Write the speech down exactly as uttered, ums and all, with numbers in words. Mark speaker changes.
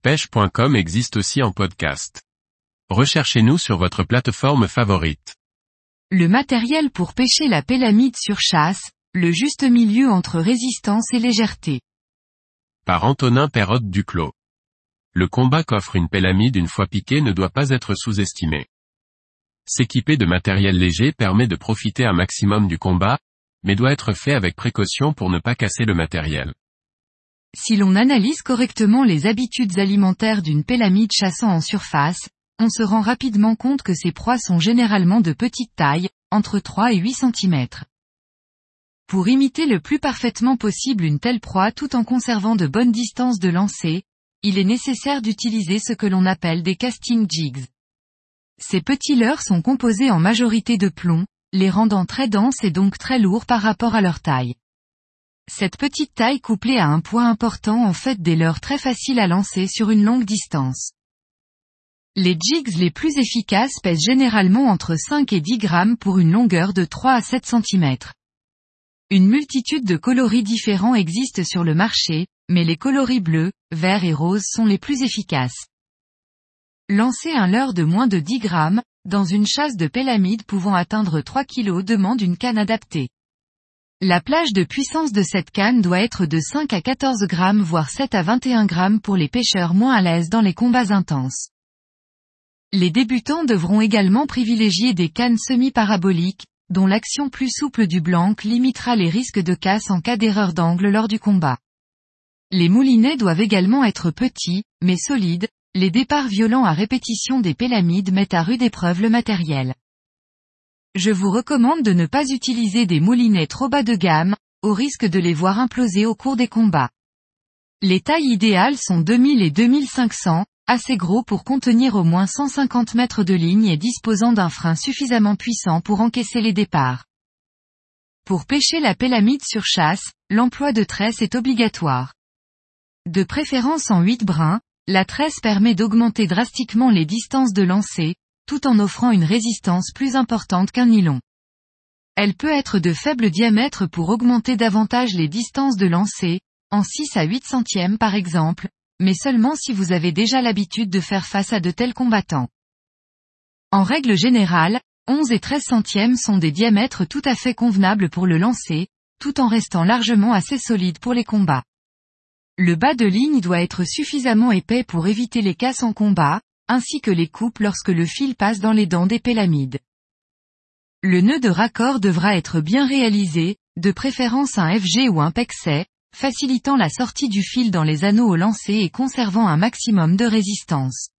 Speaker 1: pêche point com existe aussi en podcast. Recherchez-nous sur votre plateforme favorite.
Speaker 2: Le matériel pour pêcher la pélamide sur chasse, le juste milieu entre résistance et légèreté.
Speaker 1: Par Antonin Perrotte Duclos. Le combat qu'offre une pélamide une fois piquée ne doit pas être sous-estimé. S'équiper de matériel léger permet de profiter un maximum du combat, mais doit être fait avec précaution pour ne pas casser le matériel.
Speaker 2: Si l'on analyse correctement les habitudes alimentaires d'une pélamide chassant en surface, on se rend rapidement compte que ces proies sont généralement de petite taille, entre trois et huit centimètres. Pour imiter le plus parfaitement possible une telle proie tout en conservant de bonnes distances de lancer, il est nécessaire d'utiliser ce que l'on appelle des casting jigs. Ces petits leurres sont composés en majorité de plomb, les rendant très denses et donc très lourds par rapport à leur taille. Cette petite taille couplée à un poids important en fait des leurres très faciles à lancer sur une longue distance. Les jigs les plus efficaces pèsent généralement entre cinq et dix grammes pour une longueur de trois à sept centimètres. Une multitude de coloris différents existent sur le marché, mais les coloris bleus, verts et roses sont les plus efficaces. Lancer un leurre de moins de dix grammes, dans une chasse de pélamide pouvant atteindre trois kilos demande une canne adaptée. La plage de puissance de cette canne doit être de cinq à quatorze grammes voire sept à vingt et un grammes pour les pêcheurs moins à l'aise dans les combats intenses. Les débutants devront également privilégier des cannes semi-paraboliques, dont l'action plus souple du blanc limitera les risques de casse en cas d'erreur d'angle lors du combat. Les moulinets doivent également être petits, mais solides, les départs violents à répétition des pélamides mettent à rude épreuve le matériel. Je vous recommande de ne pas utiliser des moulinets trop bas de gamme, au risque de les voir imploser au cours des combats. Les tailles idéales sont deux mille et deux mille cinq cents, assez gros pour contenir au moins cent cinquante mètres de ligne et disposant d'un frein suffisamment puissant pour encaisser les départs. Pour pêcher la pélamide sur chasse, l'emploi de tresse est obligatoire. De préférence en huit brins, la tresse permet d'augmenter drastiquement les distances de lancer, tout en offrant une résistance plus importante qu'un nylon. Elle peut être de faible diamètre pour augmenter davantage les distances de lancer, en six à huit centièmes par exemple, mais seulement si vous avez déjà l'habitude de faire face à de tels combattants. En règle générale, onze et treize centièmes sont des diamètres tout à fait convenables pour le lancer, tout en restant largement assez solides pour les combats. Le bas de ligne doit être suffisamment épais pour éviter les casses en combat, ainsi que les coupes lorsque le fil passe dans les dents des pélamides. Le nœud de raccord devra être bien réalisé, de préférence un F G ou un Pexet, facilitant la sortie du fil dans les anneaux au lancer et conservant un maximum de résistance.